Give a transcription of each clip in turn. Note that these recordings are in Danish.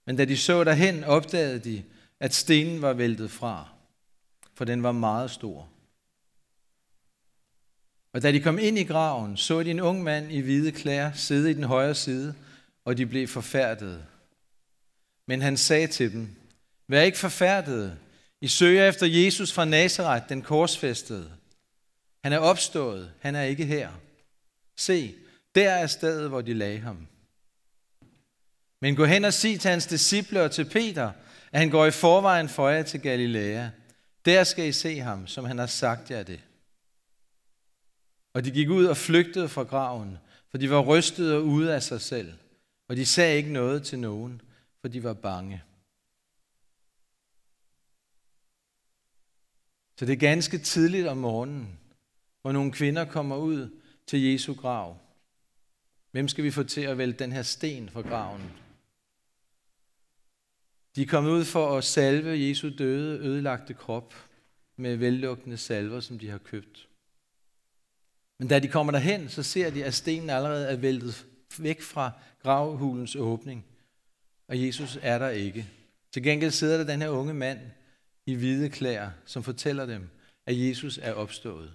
Men da de så derhen, opdagede de, at stenen var væltet fra, for den var meget stor. Og da de kom ind i graven, så de en ung mand i hvide klæder sidde i den højre side, og de blev forfærdede. Men han sagde til dem, vær ikke forfærdede. I søger efter Jesus fra Nazaret, den korsfæstede. Han er opstået, han er ikke her. Se, der er stedet, hvor de lagde ham. Men gå hen og sig til hans disciple og til Peter, at han går i forvejen for jer til Galilea. Der skal I se ham, som han har sagt jer det. Og de gik ud og flygtede fra graven, for de var rystede og ude af sig selv. Og de sagde ikke noget til nogen, for de var bange. Så det er ganske tidligt om morgenen, hvor nogle kvinder kommer ud til Jesu grav. Hvem skal vi få til at vælte den her sten fra graven? De er kommet ud for at salve Jesu døde, ødelagte krop med vellugtende salver, som de har købt. Men da de kommer derhen, så ser de, at stenen allerede er væltet væk fra gravhulens åbning. Og Jesus er der ikke. Til gengæld sidder der den her unge mand i hvide klæder, som fortæller dem, at Jesus er opstået.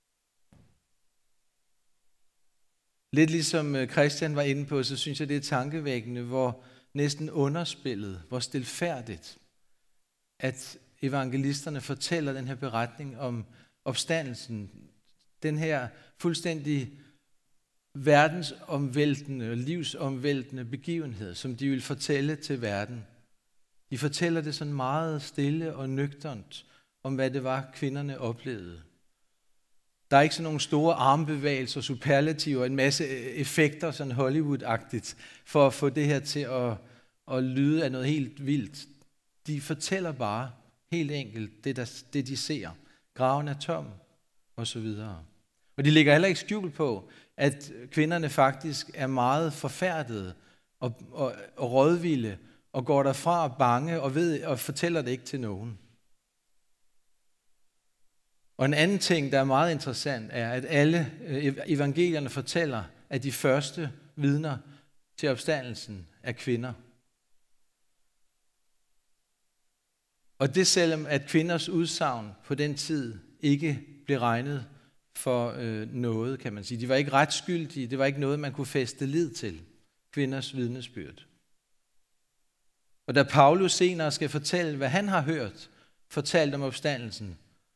Lidt ligesom Christian var inde på, så synes jeg, det er tankevækkende, hvor næsten underspillet, hvor stilfærdigt, at evangelisterne fortæller den her beretning om opstandelsen, den her fuldstændig verdensomvæltende og livsomvæltende begivenhed, som de vil fortælle til verden. De fortæller det sådan meget stille og nøgternt om, hvad det var, kvinderne oplevede. Der er ikke sådan nogle store armbevægelser, superlativer, en masse effekter, sådan Hollywood-agtigt, for at få det her til at lyde af noget helt vildt. De fortæller bare helt enkelt det de ser. Graven er tom, og så videre. Og de lægger heller ikke skjul på, at kvinderne faktisk er meget forfærdede og rådvilde, og går derfra bange og fortæller det ikke til nogen. Og en anden ting, der er meget interessant, er, at alle evangelierne fortæller, at de første vidner til opstandelsen er kvinder. Og det selvom, at kvinders udsagn på den tid ikke blev regnet for noget, kan man sige. De var ikke retsskyldige, det var ikke noget, man kunne fæste lid til, kvinders vidnesbyrd. Og da Paulus senere skal fortælle, hvad han har hørt, fortalt om opstandelsen,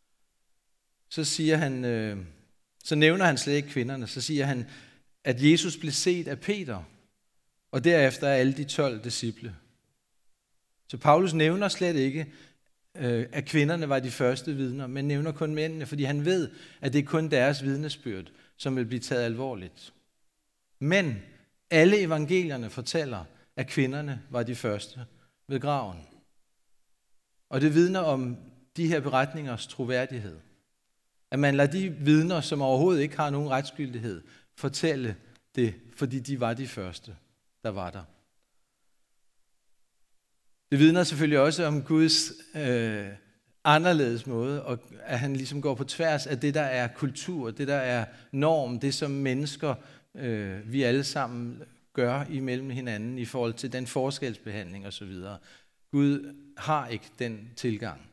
så nævner han slet ikke kvinderne. Så siger han, at Jesus blev set af Peter, og derefter af alle de 12 disciple. Så Paulus nævner slet ikke, at kvinderne var de første vidner, men nævner kun mændene, fordi han ved, at det er kun deres vidnesbyrd, som vil blive taget alvorligt. Men alle evangelierne fortæller, at kvinderne var de første ved graven. Og det vidner om de her beretningers troværdighed. At man lader de vidner, som overhovedet ikke har nogen retsgyldighed, fortælle det, fordi de var de første, der var der. Det vidner selvfølgelig også om Guds anderledes måde, og at han ligesom går på tværs af det, der er kultur, det, der er norm, det som mennesker, vi alle sammen gør imellem hinanden i forhold til den forskelsbehandling osv. Gud har ikke den tilgang.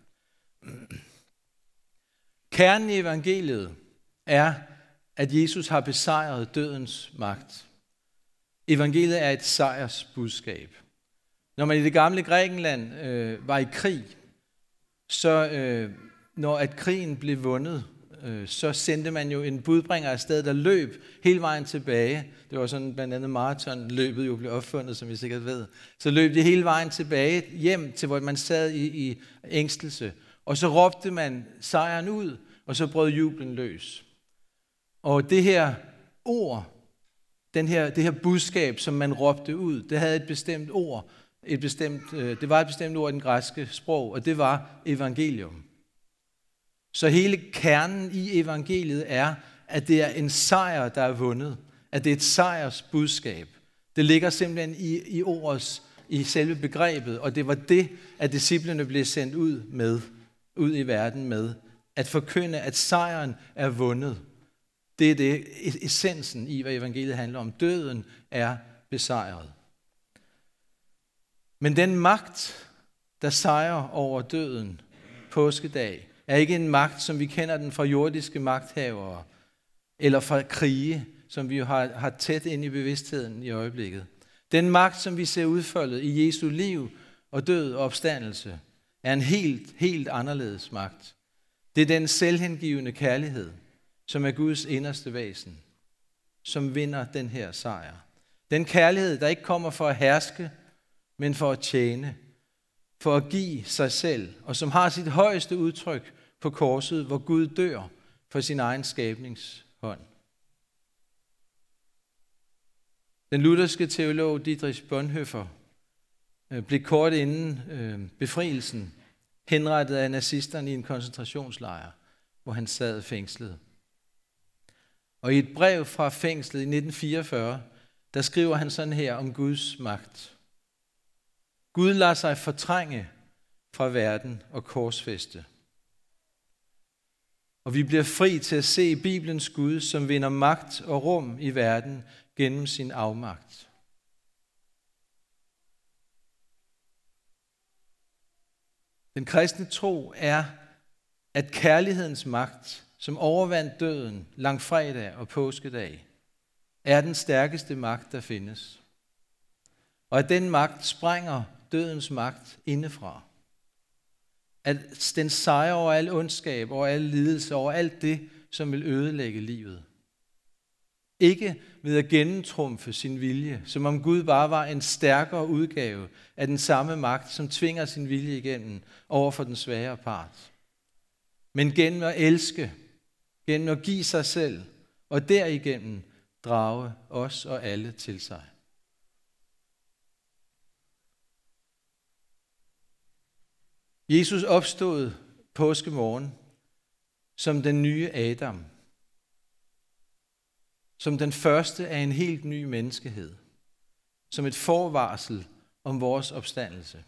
Kernen i evangeliet er, at Jesus har besejret dødens magt. Evangeliet er et sejrsbudskab. Når man i det gamle Grækenland var i krig, så når at krigen blev vundet, så sendte man jo en budbringer afsted, der løb hele vejen tilbage. Det var sådan blandt andet maratonløbet jo blev opfundet, som I sikkert ved. Så løb det hele vejen tilbage hjem til, hvor man sad i ængstelse. Og så råbte man sejren ud, og så brød jublen løs. Og det her ord, det her budskab, som man råbte ud, det havde et bestemt ord. Det var et bestemt ord i den græske sprog, og det var evangelium. Så hele kernen i evangeliet er, at det er en sejr, der er vundet. At det er et sejrsbudskab. Det ligger simpelthen i ordets, i selve begrebet, og det var det, at disciplene blev sendt ud i verden med. At forkynde, at sejren er vundet. Det er det essensen i, hvad evangeliet handler om. Døden er besejret. Men den magt, der sejrer over døden påskedag, er ikke en magt, som vi kender den fra jordiske magthavere, eller fra krige, som vi jo har tæt ind i bevidstheden i øjeblikket. Den magt, som vi ser udfoldet i Jesu liv og død og opstandelse, er en helt anderledes magt. Det er den selvhengivende kærlighed, som er Guds inderste væsen, som vinder den her sejr. Den kærlighed, der ikke kommer for at herske, men for at tjene, for at give sig selv, og som har sit højeste udtryk på korset, hvor Gud dør for sin egen skabningshånd. Den lutherske teolog Dietrich Bonhoeffer blev kort inden befrielsen henrettet af nazisterne i en koncentrationslejr, hvor han sad fængslet. Og i et brev fra fængslet i 1944, der skriver han sådan her om Guds magt. Gud lader sig fortrænge fra verden og korsfæste. Og vi bliver fri til at se Bibelens Gud, som vinder magt og rum i verden gennem sin afmagt. Den kristne tro er, at kærlighedens magt, som overvandt døden langfredag og påskedag, er den stærkeste magt, der findes. Og at den magt sprænger dødens magt indefra. At den sejrer over al ondskab, over al lidelse, over alt det, som vil ødelægge livet. Ikke ved at gennemtrumfe sin vilje, som om Gud bare var en stærkere udgave af den samme magt, som tvinger sin vilje igennem over for den svagere part. Men gennem at elske, gennem at give sig selv, og derigennem drage os og alle til sig. Jesus opstod påskemorgen som den nye Adam. Som den første af en helt ny menneskehed. Som et forvarsel om vores opstandelse.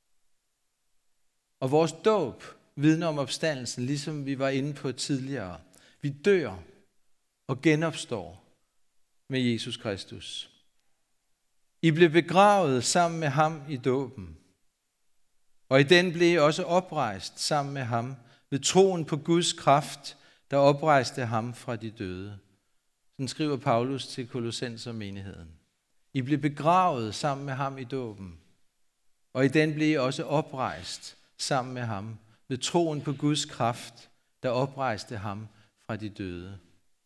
Og vores dåb vidner om opstandelsen, ligesom vi var inde på tidligere. Vi dør og genopstår med Jesus Kristus. I blev begravet sammen med ham i dåben. Og i den blev I også oprejst sammen med ham ved troen på Guds kraft, der oprejste ham fra de døde. Sådan skriver Paulus til Kolossensermenigheden. I blev begravet sammen med ham i dåben, og i den blev I også oprejst sammen med ham ved troen på Guds kraft, der oprejste ham fra de døde.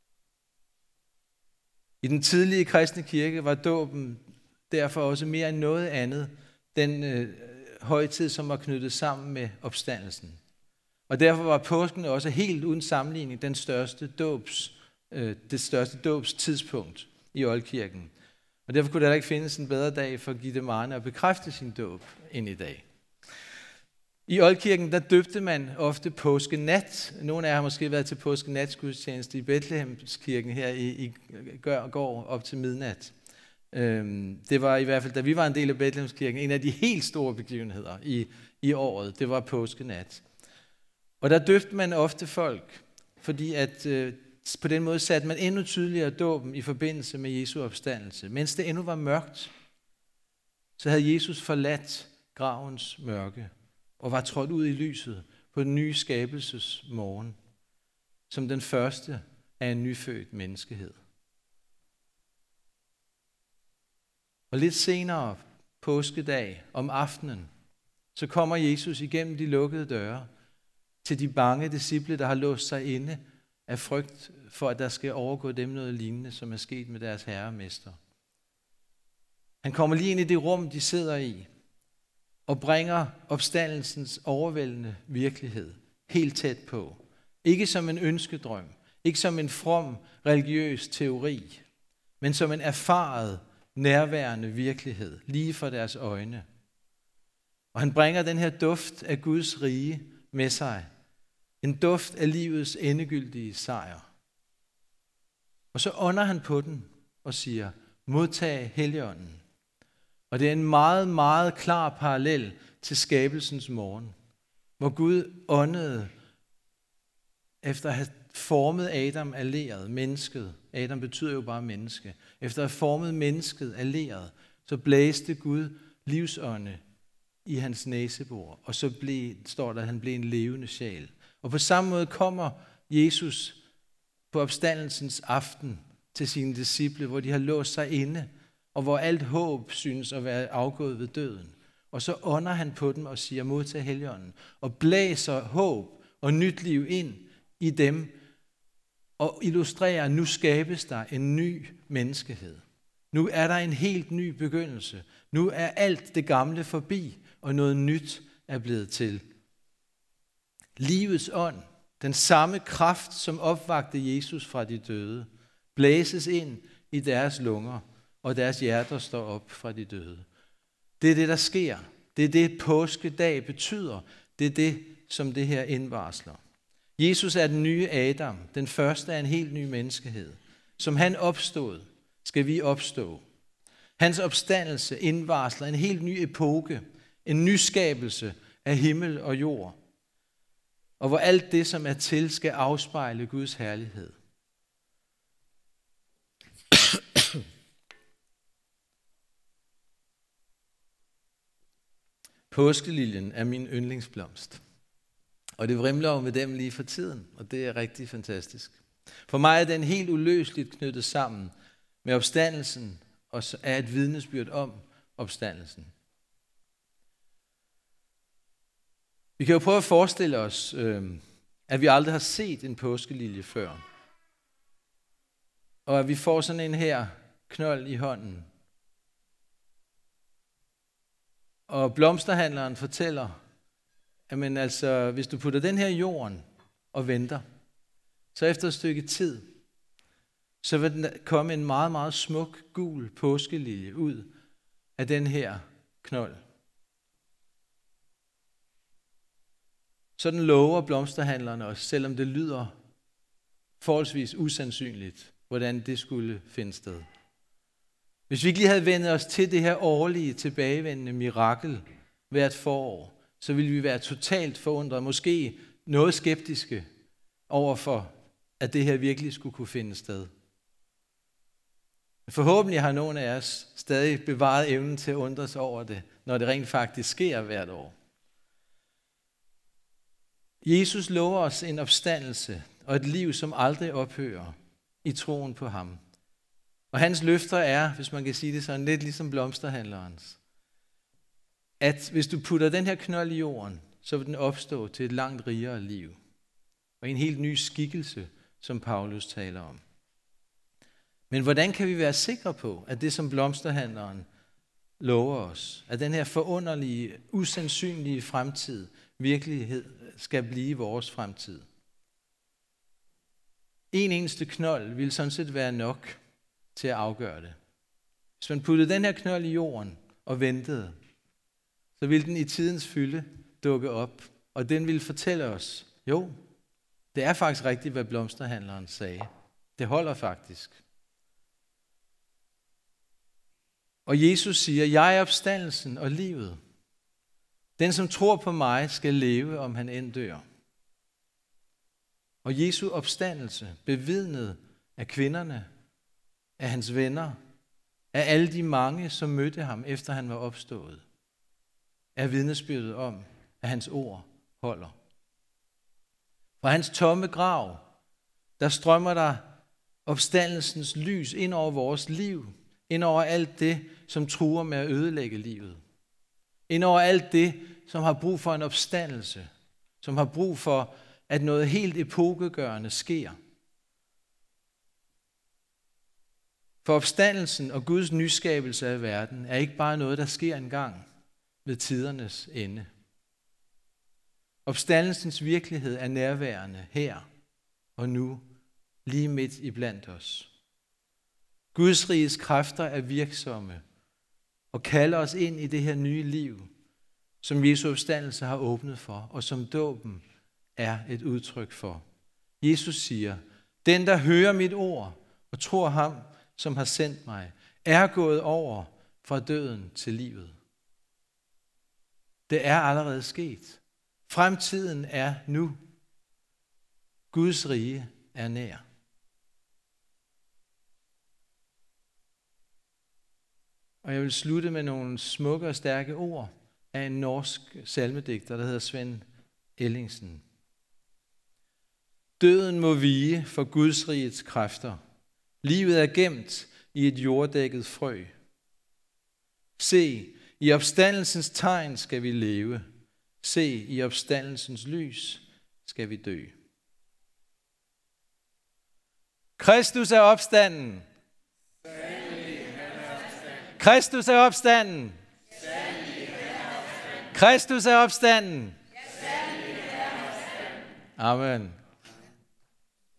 I den tidlige kristne kirke var dåben derfor også mere end noget andet den højtid, som var knyttet sammen med opstandelsen. Og derfor var påsken også helt uden sammenligning det største dåbstidspunkt i oldkirken. Og derfor kunne der ikke findes en bedre dag for Gitte Marne at bekræfte sin dåb end i dag. I oldkirken, der døbte man ofte påskenat. Nogle af jer har måske været til påskenatsgudstjeneste i Betlehemskirken her i går op til midnat. Det var i hvert fald, da vi var en del af Betlehemskirken, en af de helt store begivenheder i året. Det var påskenat. Og der døbte man ofte folk, fordi at på den måde satte man endnu tydeligere dåben i forbindelse med Jesu opstandelse. Mens det endnu var mørkt, så havde Jesus forladt gravens mørke og var trådt ud i lyset på den nye skabelses morgen, som den første af en nyfødt menneskehed. Og lidt senere, påskedag om aftenen, så kommer Jesus igennem de lukkede døre til de bange disciple, der har låst sig inde af frygt for, at der skal overgå dem noget lignende, som er sket med deres herre og mester. Han kommer lige ind i det rum, de sidder i, og bringer opstandelsens overvældende virkelighed helt tæt på. Ikke som en ønskedrøm, ikke som en from religiøs teori, men som en erfaret, nærværende virkelighed, lige for deres øjne. Og han bringer den her duft af Guds rige med sig. En duft af livets endegyldige sejr. Og så ånder han på den og siger, modtag Helligånden. Og det er en meget, meget klar parallel til skabelsens morgen, hvor Gud åndede efter at have formet Adam af leret, mennesket. Adam betyder jo bare menneske. Efter at have formet mennesket af leret, så blæste Gud livsånde i hans næsebor, og så står der, at han blev en levende sjæl. Og på samme måde kommer Jesus på opstandelsens aften til sine disciple, hvor de har låst sig inde, og hvor alt håb synes at være afgået ved døden. Og så ånder han på dem og siger, modtag Helligånden, og blæser håb og nyt liv ind i dem, og illustrerer, at nu skabes der en ny menneskehed. Nu er der en helt ny begyndelse. Nu er alt det gamle forbi, og noget nyt er blevet til. Livets ånd, den samme kraft, som opvagte Jesus fra de døde, blæses ind i deres lunger, og deres hjerter står op fra de døde. Det er det, der sker. Det er det, påskedag betyder. Det er det, som det her indvarsler. Jesus er den nye Adam, den første af en helt ny menneskehed. Som han opstod, skal vi opstå. Hans opstandelse indvarsler en helt ny epoke, en nyskabelse af himmel og jord. Og hvor alt det, som er til, skal afspejle Guds herlighed. Påskeliljen er min yndlingsblomst. Og det vrimler jo med dem lige for tiden, og det er rigtig fantastisk. For mig er den helt uløseligt knyttet sammen med opstandelsen, og er et vidnesbyrd om opstandelsen. Vi kan jo prøve at forestille os, at vi aldrig har set en påskelilje før. Og at vi får sådan en her knold i hånden. Og blomsterhandleren fortæller, at altså, hvis du putter den her i jorden og venter, så efter et stykke tid, så vil den komme en meget, meget smuk, gul påskelilje ud af den her knold. Sådan lover blomsterhandlerne os, selvom det lyder forholdsvis usandsynligt, hvordan det skulle finde sted. Hvis vi ikke lige havde vendt os til det her årlige tilbagevendende mirakel hvert forår, så ville vi være totalt forundret, måske noget skeptiske overfor, at det her virkelig skulle kunne finde sted. Forhåbentlig har nogle af os stadig bevaret evnen til at undre sig over det, når det rent faktisk sker hvert år. Jesus lover os en opstandelse og et liv, som aldrig ophører i troen på ham. Og hans løfter er, hvis man kan sige det sådan, lidt ligesom blomsterhandlerens. At hvis du putter den her knold i jorden, så vil den opstå til et langt rigere liv. Og en helt ny skikkelse, som Paulus taler om. Men hvordan kan vi være sikre på, at det som blomsterhandleren lover os, at den her forunderlige, usandsynlige fremtid, virkelighed, skal blive vores fremtid? En eneste knold vil sådan set være nok til at afgøre det. Hvis man puttede den her knold i jorden og ventede, så ville den i tidens fylde dukke op, og den ville fortælle os, jo, det er faktisk rigtigt, hvad blomsterhandleren sagde. Det holder faktisk. Og Jesus siger, jeg er opstandelsen og livet. Den, som tror på mig, skal leve, om han end dør. Og Jesu opstandelse, bevidnet af kvinderne, af hans venner, af alle de mange, som mødte ham, efter han var opstået, er vidnesbyrdet om, at hans ord holder. Fra hans tomme grav, der strømmer der opstandelsens lys ind over vores liv, ind over alt det, som truer med at ødelægge livet. Ind over alt det, som har brug for en opstandelse, som har brug for, at noget helt epokegørende sker. For opstandelsen og Guds nyskabelse af verden er ikke bare noget, der sker engang ved tidernes ende. Opstandelsens virkelighed er nærværende her og nu, lige midt iblandt os. Guds riges kræfter er virksomme og kalder os ind i det her nye liv, som Jesu opstandelse har åbnet for, og som dåben er et udtryk for. Jesus siger, den der hører mit ord og tror ham, som har sendt mig, er gået over fra døden til livet. Det er allerede sket. Fremtiden er nu. Guds rige er nær. Og jeg vil slutte med nogle smukke og stærke ord, af en norsk salmedigter, der hedder Svend Ellingsen. Døden må vige for Guds rigets kræfter. Livet er gemt i et jorddækket frø. Se, i opstandelsens tegn skal vi leve. Se, i opstandelsens lys skal vi dø. Kristus er opstanden. Kristus er opstanden. Kristus er opstanden. Amen.